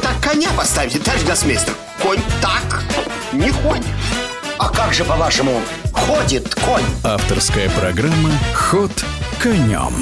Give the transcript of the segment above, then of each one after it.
так коня поставите, товарищ гроссмейстер? Конь так не ходит. А как же, по-вашему, ходит конь? Авторская программа «Ход конем».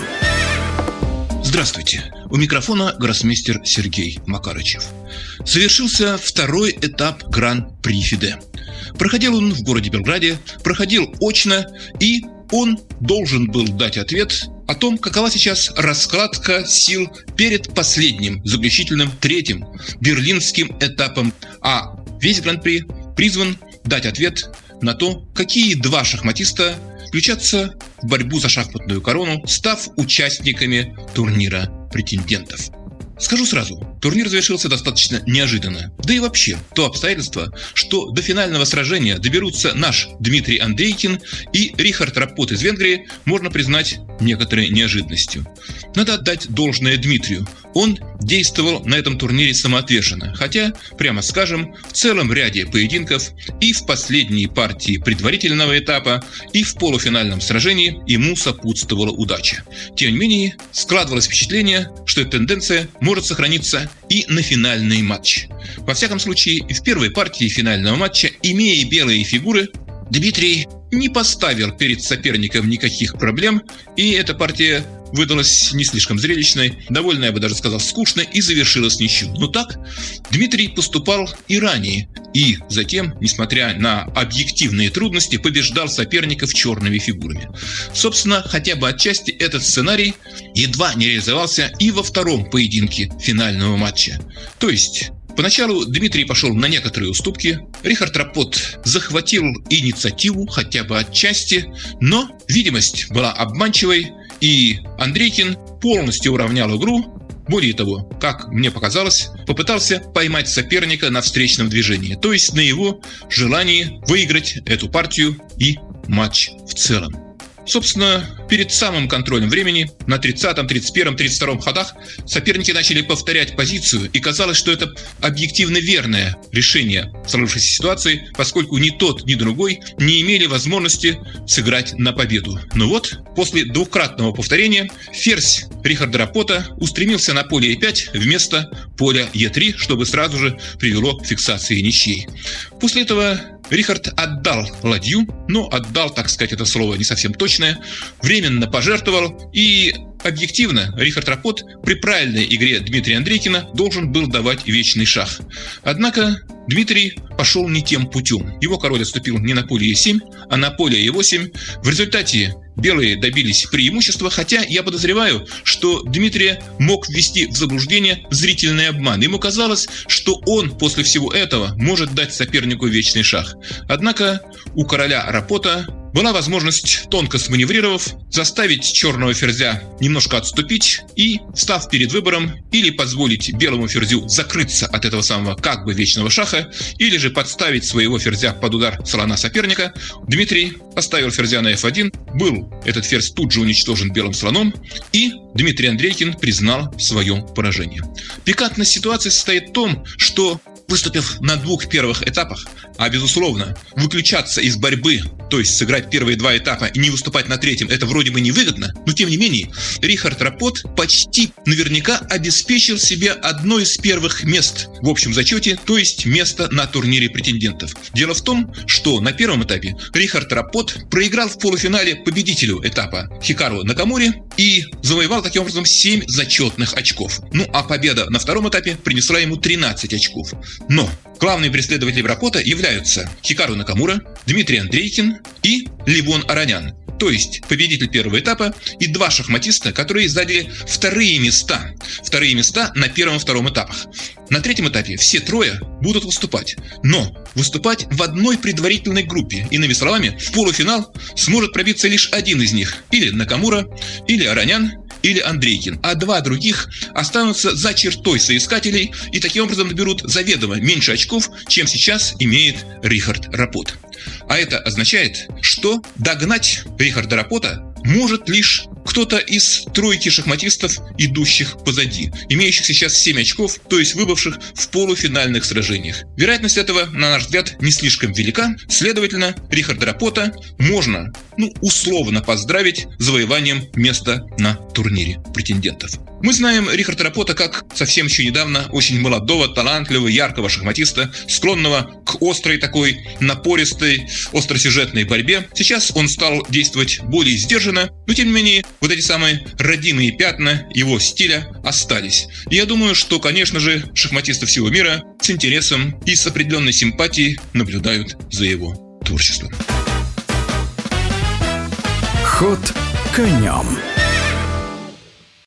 Здравствуйте. У микрофона гроссмейстер Сергей Макарычев. Совершился второй этап Гран-при ФИДЕ. Проходил он в городе Белграде, проходил очно, и он должен был дать ответ о том, какова сейчас раскладка сил перед последним, заключительным, третьим берлинским этапом. А весь Гран-при призван дать ответ на то, какие два шахматиста включатся в борьбу за шахматную корону, став участниками турнира претендентов. Скажу сразу, турнир завершился достаточно неожиданно. Да и вообще, то обстоятельство, что до финального сражения доберутся наш Дмитрий Андрейкин и Рихард Раппот из Венгрии, можно признать некоторой неожиданностью. Надо отдать должное Дмитрию. Он действовал на этом турнире самоотверженно, хотя, прямо скажем, в целом ряде поединков и в последней партии предварительного этапа, и в полуфинальном сражении ему сопутствовала удача. Тем не менее, складывалось впечатление, что эта тенденция может сохраниться и на финальный матч. Во всяком случае, в первой партии финального матча, имея белые фигуры, Дмитрий не поставил перед соперником никаких проблем, и эта партия выдалась не слишком зрелищной, довольно, я бы даже сказал, скучной, и завершилась ничью. Но так Дмитрий поступал и ранее, и затем, несмотря на объективные трудности, побеждал соперников черными фигурами. Собственно, хотя бы отчасти этот сценарий едва не реализовался и во втором поединке финального матча. То есть поначалу Дмитрий пошел на некоторые уступки, Рихард Раппот захватил инициативу хотя бы отчасти, но видимость была обманчивой, и Андрейкин полностью уравнял игру. Более того, как мне показалось, попытался поймать соперника на встречном движении, то есть на его желании выиграть эту партию и матч в целом. Собственно, перед самым контролем времени, на 30-м, 31-м, 32-м ходах, соперники начали повторять позицию, и казалось, что это объективно верное решение сложившейся ситуации, поскольку ни тот, ни другой не имели возможности сыграть на победу. Но вот, после двукратного повторения, ферзь Рихарда Раппота устремился на поле Е5 вместо поля Е3, чтобы сразу же привело к фиксации ничьей. После этого Рихард отдал ладью, но отдал, так сказать, это слово не совсем точное, временно пожертвовал, и объективно Рихард Раппот при правильной игре Дмитрия Андрейкина должен был давать вечный шах. Однако Дмитрий пошел не тем путем. Его король отступил не на поле Е7, а на поле Е8. В результате белые добились преимущества, хотя я подозреваю, что Дмитрия мог ввести в заблуждение зрительный обман. Ему казалось, что он после всего этого может дать сопернику вечный шах. Однако у короля Раппота была возможность, тонко сманеврировав, заставить черного ферзя немножко отступить и, став перед выбором, или позволить белому ферзю закрыться от этого самого как бы вечного шаха, или же подставить своего ферзя под удар слона соперника, Дмитрий поставил ферзя на f1, был этот ферзь тут же уничтожен белым слоном, и Дмитрий Андрейкин признал свое поражение. Пикантность ситуации состоит в том, что, выступив на двух первых этапах, а безусловно выключаться из борьбы, то есть сыграть первые два этапа и не выступать на третьем, это вроде бы невыгодно, но тем не менее Рихард Раппот почти наверняка обеспечил себе одно из первых мест в общем зачете, то есть место на турнире претендентов. Дело в том, что на первом этапе Рихард Раппот проиграл в полуфинале победителю этапа Хикару Накамуре и завоевал таким образом 7 зачетных очков. Ну а победа на втором этапе принесла ему 13 очков. Но главные преследователи Раппота являются Хикару Накамура, Дмитрий Андрейкин и Левон Аронян, то есть победитель первого этапа и два шахматиста, которые заняли вторые места на первом и втором этапах. На третьем этапе все трое будут выступать, но выступать в одной предварительной группе. Иными словами, в полуфинал сможет пробиться лишь один из них, или Накамура, или Аронян, или Андрейкин, а два других останутся за чертой соискателей и таким образом наберут заведомо меньше очков, чем сейчас имеет Рихард Раппот. А это означает, что догнать Рихарда Раппота может лишь кто-то из тройки шахматистов, идущих позади, имеющих сейчас 7 очков, то есть выбывших в полуфинальных сражениях. Вероятность этого, на наш взгляд, не слишком велика, следовательно, Рихарда Рапота можно, условно поздравить с завоеванием места на турнире претендентов. Мы знаем Рихарда Рапота как совсем еще недавно очень молодого, талантливого, яркого шахматиста, склонного к острой такой напористой, остросюжетной борьбе. Сейчас он стал действовать более сдержанно, но тем не менее вот эти самые родимые пятна его стиля остались. И я думаю, что, конечно же, шахматисты всего мира с интересом и с определенной симпатией наблюдают за его творчеством. Ход конем.